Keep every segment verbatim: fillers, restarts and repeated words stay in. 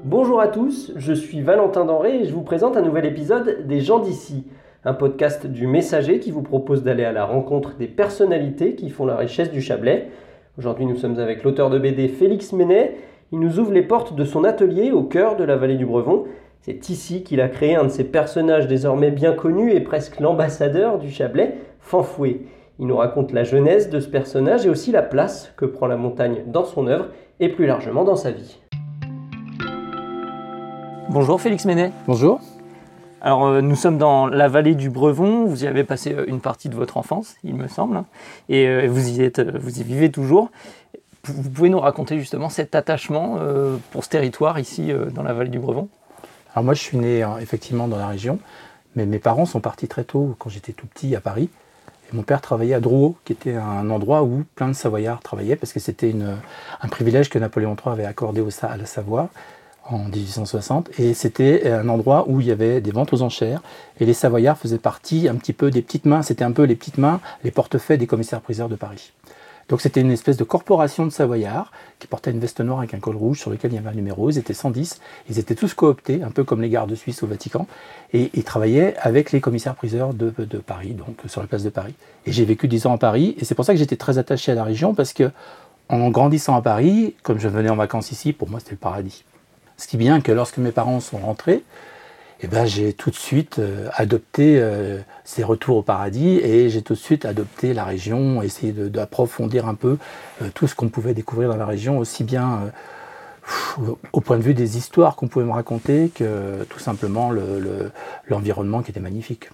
Bonjour à tous, je suis Valentin Denré et je vous présente un nouvel épisode des gens d'ici, un podcast du Messager qui vous propose d'aller à la rencontre des personnalités qui font la richesse du Chablais. Aujourd'hui nous sommes avec l'auteur de B D Félix Menet. Il nous ouvre les portes de son atelier au cœur de la vallée du Brevon. C'est ici qu'il a créé un de ses personnages désormais bien connus et presque l'ambassadeur du Chablais, Fanfouet. Il nous raconte la genèse de ce personnage et aussi la place que prend la montagne dans son œuvre et plus largement dans sa vie. Bonjour Félix Menet. Bonjour. Alors euh, nous sommes dans la vallée du Brevon, vous y avez passé une partie de votre enfance, il me semble, hein, et euh, vous, y êtes, vous y vivez toujours. Vous pouvez nous raconter justement cet attachement euh, pour ce territoire ici euh, dans la vallée du Brevon ? Alors moi je suis né hein, effectivement dans la région, mais mes parents sont partis très tôt quand j'étais tout petit à Paris. Et mon père travaillait à Drouot, qui était un endroit où plein de Savoyards travaillaient, parce que c'était une, un privilège que Napoléon trois avait accordé au, à la Savoie en dix-huit cent soixante, et c'était un endroit où il y avait des ventes aux enchères, et les Savoyards faisaient partie un petit peu des petites mains, c'était un peu les petites mains, les portefeuilles des commissaires-priseurs de Paris. Donc c'était une espèce de corporation de Savoyards qui portait une veste noire avec un col rouge sur lequel il y avait un numéro, ils étaient cent dix, ils étaient tous cooptés, un peu comme les gardes suisses au Vatican, et ils travaillaient avec les commissaires-priseurs de, de Paris, donc sur la place de Paris. Et j'ai vécu dix ans à Paris, et c'est pour ça que j'étais très attaché à la région, parce que en grandissant à Paris, comme je venais en vacances ici, pour moi c'était le paradis. Ce qui est bien que lorsque mes parents sont rentrés, eh ben, j'ai tout de suite euh, adopté euh, ces retours au paradis et j'ai tout de suite adopté la région, essayé de, d'approfondir un peu euh, tout ce qu'on pouvait découvrir dans la région, aussi bien euh, au point de vue des histoires qu'on pouvait me raconter que tout simplement le, le, l'environnement qui était magnifique.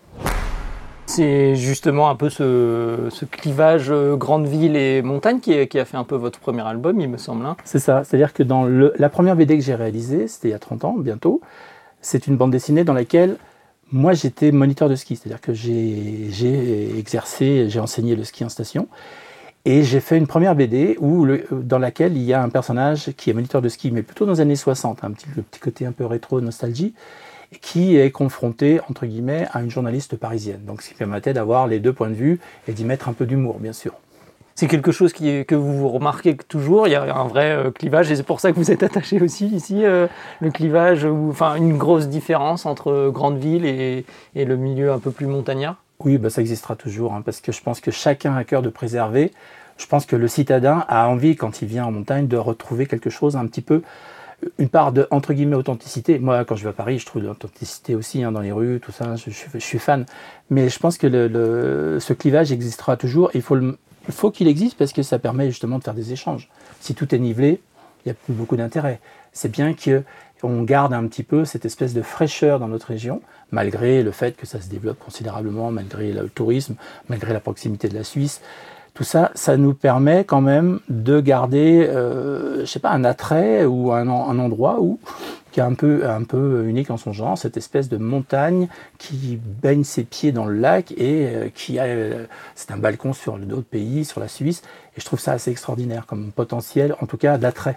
C'est justement un peu ce, ce clivage euh, grande ville et montagne qui, qui a fait un peu votre premier album, il me semble. Hein. C'est ça, c'est-à-dire que dans le, la première B D que j'ai réalisée, c'était il y a trente ans bientôt, c'est une bande dessinée dans laquelle moi j'étais moniteur de ski, c'est-à-dire que j'ai, j'ai exercé, j'ai enseigné le ski en station, et j'ai fait une première B D où le, dans laquelle il y a un personnage qui est moniteur de ski, mais plutôt dans les années soixante, un petit, le petit côté un peu rétro, nostalgie, qui est confronté, entre guillemets, à une journaliste parisienne. Donc, ce qui permettait d'avoir les deux points de vue et d'y mettre un peu d'humour, bien sûr. C'est quelque chose qui est, que vous remarquez toujours, il y a un vrai euh, clivage, et c'est pour ça que vous êtes attaché aussi ici, euh, le clivage, ou, enfin une grosse différence entre grande ville et, et le milieu un peu plus montagnard ? Oui, bah, ça existera toujours, hein, parce que je pense que chacun a à cœur de préserver. Je pense que le citadin a envie, quand il vient en montagne, de retrouver quelque chose un petit peu, une part de, entre guillemets, authenticité. Moi, quand je vais à Paris, je trouve de l'authenticité aussi, hein, dans les rues, tout ça, je, je, je suis fan. Mais je pense que le, le, ce clivage existera toujours. Il faut, le, il faut qu'il existe parce que ça permet justement de faire des échanges. Si tout est nivelé, il n'y a plus beaucoup d'intérêt. C'est bien qu'on garde un petit peu cette espèce de fraîcheur dans notre région, malgré le fait que ça se développe considérablement, malgré le tourisme, malgré la proximité de la Suisse. Tout ça, ça nous permet quand même de garder, euh, je sais pas, un attrait ou un, un endroit où, qui est un peu, un peu unique en son genre, cette espèce de montagne qui baigne ses pieds dans le lac et euh, qui a, euh, c'est un balcon sur d'autres pays, sur la Suisse, et je trouve ça assez extraordinaire comme potentiel, en tout cas d'attrait.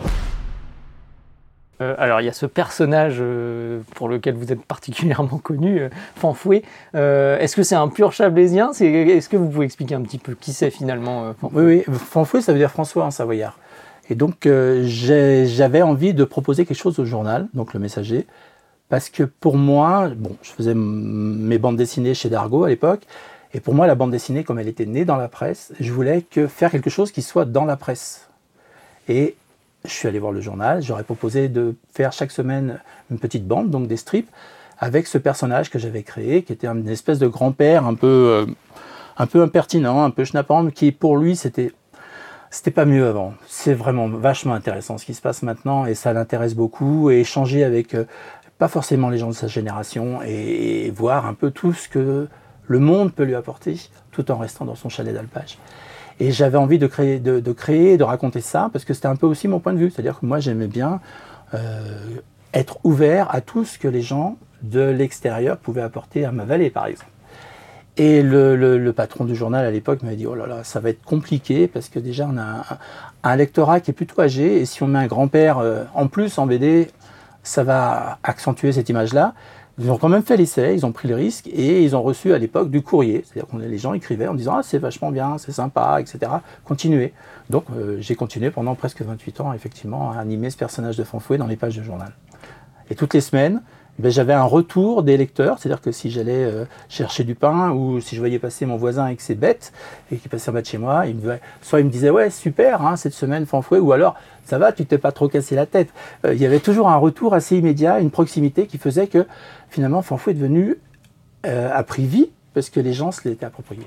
Euh, alors il y a ce personnage euh, pour lequel vous êtes particulièrement connu, euh, Fanfouet. Euh, est-ce que c'est un pur chablaisien ? c'est, Est-ce que vous pouvez expliquer un petit peu qui c'est finalement euh, Fanfouet ? Oui, oui, Fanfouet ça veut dire François en savoyard. Et donc euh, j'ai, j'avais envie de proposer quelque chose au journal, donc le Messager, parce que pour moi, bon, je faisais m- mes bandes dessinées chez Dargaud à l'époque, et pour moi la bande dessinée, comme elle était née dans la presse, je voulais que faire quelque chose qui soit dans la presse. Et je suis allé voir le journal, j'aurais proposé de faire chaque semaine une petite bande, donc des strips, avec ce personnage que j'avais créé, qui était une espèce de grand-père un peu, euh, un peu impertinent, un peu schnappant, mais qui pour lui, c'était, c'était pas mieux avant. C'est vraiment vachement intéressant ce qui se passe maintenant, et ça l'intéresse beaucoup, et échanger avec, euh, pas forcément les gens de sa génération, et, et voir un peu tout ce que le monde peut lui apporter, tout en restant dans son chalet d'alpage. Et j'avais envie de créer, de, de créer, de raconter ça, parce que c'était un peu aussi mon point de vue. C'est-à-dire que moi, j'aimais bien euh, être ouvert à tout ce que les gens de l'extérieur pouvaient apporter à ma vallée, par exemple. Et le, le, le patron du journal à l'époque m'avait dit « Oh là là, ça va être compliqué, parce que déjà, on a un, un lectorat qui est plutôt âgé, et si on met un grand-père euh, en plus en B D, ça va accentuer cette image-là. Ils ont quand même fait l'essai, ils ont pris le risque et ils ont reçu à l'époque du courrier. C'est-à-dire que les gens écrivaient en disant « Ah, c'est vachement bien, c'est sympa, et cetera. Continuez ». Donc euh, j'ai continué pendant presque vingt-huit ans, effectivement, à animer ce personnage de Fanfouet dans les pages de journal. Et toutes les semaines, ben, j'avais un retour des lecteurs, c'est-à-dire que si j'allais euh, chercher du pain ou si je voyais passer mon voisin avec ses bêtes et qu'il passait en bas de chez moi, il me, soit il me disait « Ouais, super, hein, cette semaine, Fanfouet » ou alors « Ça va, tu t'es pas trop cassé la tête euh, ». Il y avait toujours un retour assez immédiat, une proximité qui faisait que finalement Fanfouet est devenu euh, à prix vie parce que les gens se l'étaient approprié.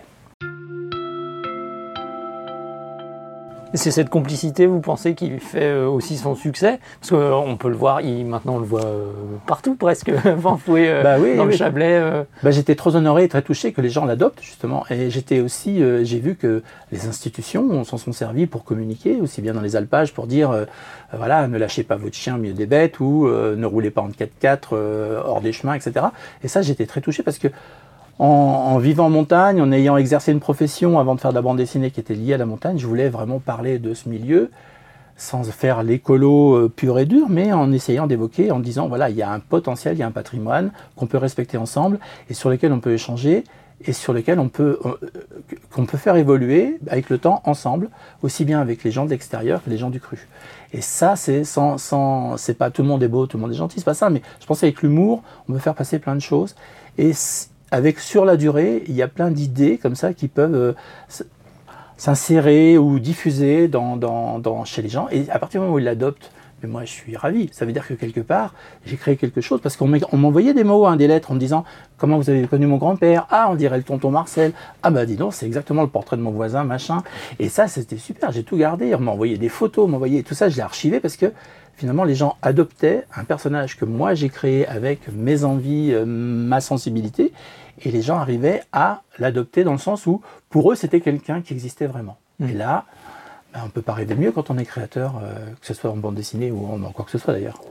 C'est cette complicité, vous pensez, qui fait aussi son succès? Parce qu'on peut le voir, il, maintenant on le voit partout presque, Fanfouet euh, bah oui, dans oui. le Chablais. Euh... Bah, j'étais très honoré et très touché que les gens l'adoptent justement. Et j'étais aussi, euh, j'ai vu que les institutions s'en sont servies pour communiquer, aussi bien dans les alpages pour dire, euh, voilà, ne lâchez pas votre chien au milieu des bêtes ou euh, ne roulez pas en quatre-quatre euh, hors des chemins, et cetera. Et ça, j'étais très touché parce que En, en vivant en montagne, en ayant exercé une profession avant de faire de la bande dessinée qui était liée à la montagne, je voulais vraiment parler de ce milieu sans faire l'écolo euh, pur et dur, mais en essayant d'évoquer, en disant voilà, il y a un potentiel, il y a un patrimoine qu'on peut respecter ensemble et sur lequel on peut échanger et sur lequel on peut, euh, qu'on peut faire évoluer avec le temps ensemble, aussi bien avec les gens de l'extérieur que les gens du cru. Et ça, c'est sans, sans, c'est pas tout le monde est beau, tout le monde est gentil, c'est pas ça, mais je pense qu'avec l'humour, on peut faire passer plein de choses. Et avec, sur la durée, il y a plein d'idées comme ça qui peuvent euh, s'insérer ou diffuser dans, dans, dans, chez les gens. Et à partir du moment où ils l'adoptent, mais moi je suis ravi. Ça veut dire que quelque part, j'ai créé quelque chose parce qu'on m'envoyait des mots, hein, des lettres en me disant « Comment vous avez connu mon grand-père ?»« Ah, on dirait le tonton Marcel. »« Ah bah dis donc, c'est exactement le portrait de mon voisin, machin. » Et ça, c'était super, j'ai tout gardé. On m'envoyait des photos, on m'envoyait tout ça, je l'ai archivé parce que finalement, les gens adoptaient un personnage que moi j'ai créé avec mes envies, euh, ma sensibilité. Et les gens arrivaient à l'adopter dans le sens où, pour eux, c'était quelqu'un qui existait vraiment. Mmh. Et là, ben, on ne peut pas rêver mieux quand on est créateur, euh, que ce soit en bande dessinée ou en, en quoi que ce soit d'ailleurs.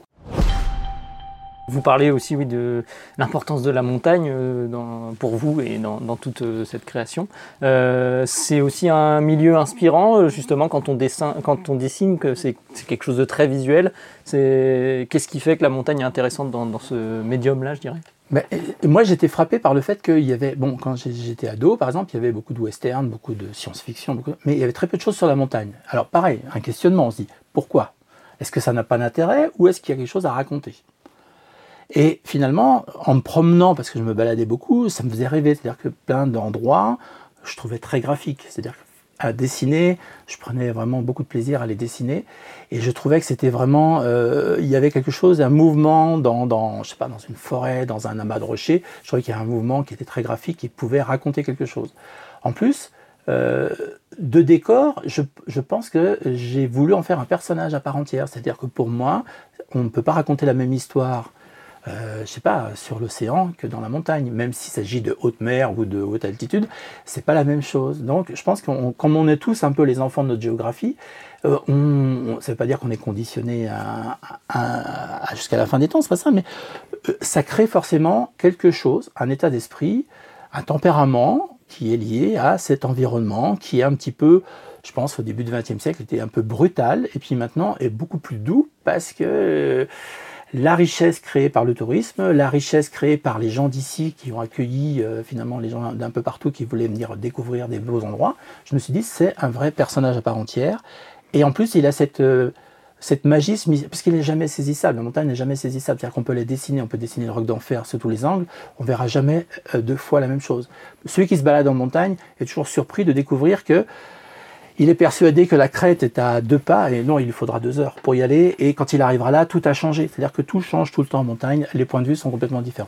Vous parlez aussi oui, de l'importance de la montagne euh, dans, pour vous et dans, dans toute euh, cette création. Euh, c'est aussi un milieu inspirant, justement, quand on, dessin, quand on dessine, que c'est quelque chose de très visuel. Qu'est-ce qui fait que la montagne est intéressante dans, dans ce médium-là, je dirais ? Mais, moi, j'étais frappé par le fait qu'il y avait, bon, quand j'étais ado, par exemple, il y avait beaucoup de western, beaucoup de science-fiction, beaucoup, mais il y avait très peu de choses sur la montagne. Alors, pareil, un questionnement, on se dit, pourquoi ? Est-ce que ça n'a pas d'intérêt ou est-ce qu'il y a quelque chose à raconter ? Et finalement, en me promenant, parce que je me baladais beaucoup, ça me faisait rêver. C'est-à-dire que plein d'endroits, je trouvais très graphiques. C'est-à-dire qu'à dessiner, je prenais vraiment beaucoup de plaisir à les dessiner. Et je trouvais que c'était vraiment... Euh, il y avait quelque chose, un mouvement dans, dans, je sais pas, dans une forêt, dans un amas de rochers. Je trouvais qu'il y avait un mouvement qui était très graphique, qui pouvait raconter quelque chose. En plus, euh, de décor, je, je pense que j'ai voulu en faire un personnage à part entière. C'est-à-dire que pour moi, on ne peut pas raconter la même histoire Euh, je sais pas, sur l'océan que dans la montagne, même s'il s'agit de haute mer ou de haute altitude, c'est pas la même chose. Donc je pense qu'on, comme on est tous un peu les enfants de notre géographie, euh, on, on, ça veut pas dire qu'on est conditionné à, à, à, jusqu'à la fin des temps, c'est pas ça, mais euh, ça crée forcément quelque chose, un état d'esprit, un tempérament qui est lié à cet environnement qui est un petit peu, je pense au début du vingtième siècle, était un peu brutal, et puis maintenant est beaucoup plus doux parce que euh, la richesse créée par le tourisme, la richesse créée par les gens d'ici qui ont accueilli euh, finalement les gens d'un peu partout qui voulaient venir découvrir des beaux endroits, je me suis dit c'est un vrai personnage à part entière. Et en plus il a cette, euh, cette magie, parce qu'il n'est jamais saisissable, la montagne n'est jamais saisissable, c'est-à-dire qu'on peut les dessiner, on peut dessiner le roc d'enfer sous tous les angles, on ne verra jamais euh, deux fois la même chose. Celui qui se balade en montagne est toujours surpris de découvrir que il est persuadé que la crête est à deux pas, et non, il lui faudra deux heures pour y aller, et quand il arrivera là, tout a changé. C'est-à-dire que tout change tout le temps en montagne, les points de vue sont complètement différents.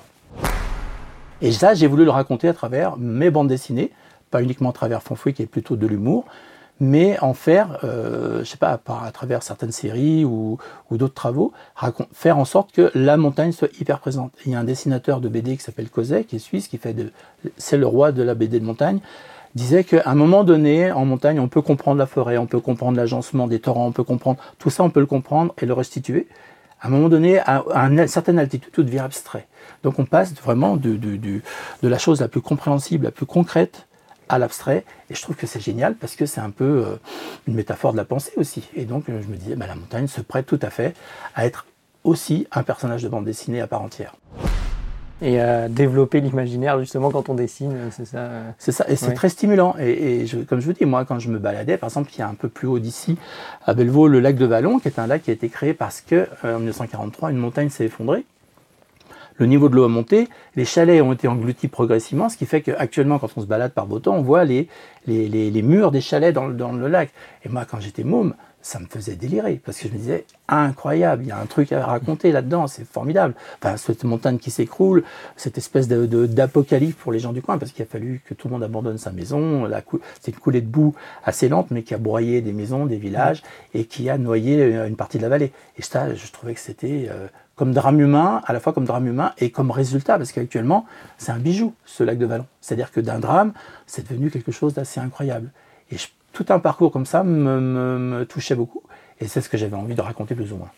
Et ça, j'ai voulu le raconter à travers mes bandes dessinées, pas uniquement à travers Fanfouet, qui est plutôt de l'humour, mais en faire, euh, je sais pas, à travers certaines séries ou, ou d'autres travaux, faire en sorte que la montagne soit hyper présente. Il y a un dessinateur de B D qui s'appelle Causet, qui est suisse, qui fait de, c'est le roi de la B D de montagne, disait qu'à un moment donné, en montagne, on peut comprendre la forêt, on peut comprendre l'agencement des torrents, on peut comprendre, tout ça on peut le comprendre et le restituer. À un moment donné, à, à une certaine altitude, tout devient abstrait. Donc on passe vraiment de, de, de, de la chose la plus compréhensible, la plus concrète, à l'abstrait, et je trouve que c'est génial parce que c'est un peu euh, une métaphore de la pensée aussi. Et donc je me disais, bah, la montagne se prête tout à fait à être aussi un personnage de bande dessinée à part entière. Et euh, développer l'imaginaire, justement, quand on dessine, c'est ça euh... C'est ça, et c'est ouais. très stimulant. Et, et je, comme je vous dis, moi, quand je me baladais, par exemple, il y a un peu plus haut d'ici, à Bellevaux, le lac de Vallon, qui est un lac qui a été créé parce que, euh, en dix-neuf cent quarante-trois, une montagne s'est effondrée. Le niveau de l'eau a monté, les chalets ont été engloutis progressivement, ce qui fait qu'actuellement, quand on se balade par beau temps, on voit les, les, les, les murs des chalets dans, dans le lac. Et moi, quand j'étais môme, ça me faisait délirer, parce que je me disais, incroyable, il y a un truc à raconter là-dedans, c'est formidable. Enfin, cette montagne qui s'écroule, cette espèce de, de, d'apocalypse pour les gens du coin, parce qu'il a fallu que tout le monde abandonne sa maison. La cou- c'est une coulée de boue assez lente, mais qui a broyé des maisons, des villages, et qui a noyé une partie de la vallée. Et ça, je trouvais que c'était euh, comme drame humain, à la fois comme drame humain et comme résultat, parce qu'actuellement, c'est un bijou, ce lac de Vallon. C'est-à-dire que d'un drame, c'est devenu quelque chose d'assez incroyable. Et je Tout un parcours comme ça me, me, me touchait beaucoup. Et c'est ce que j'avais envie de raconter plus ou moins.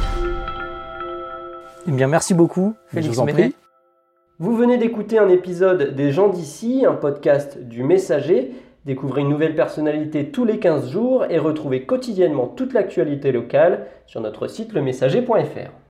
Eh bien, merci beaucoup, Félix Ménet. Vous venez d'écouter un épisode des gens d'ici, un podcast du Messager. Découvrez une nouvelle personnalité tous les quinze jours et retrouvez quotidiennement toute l'actualité locale sur notre site le messager point f r.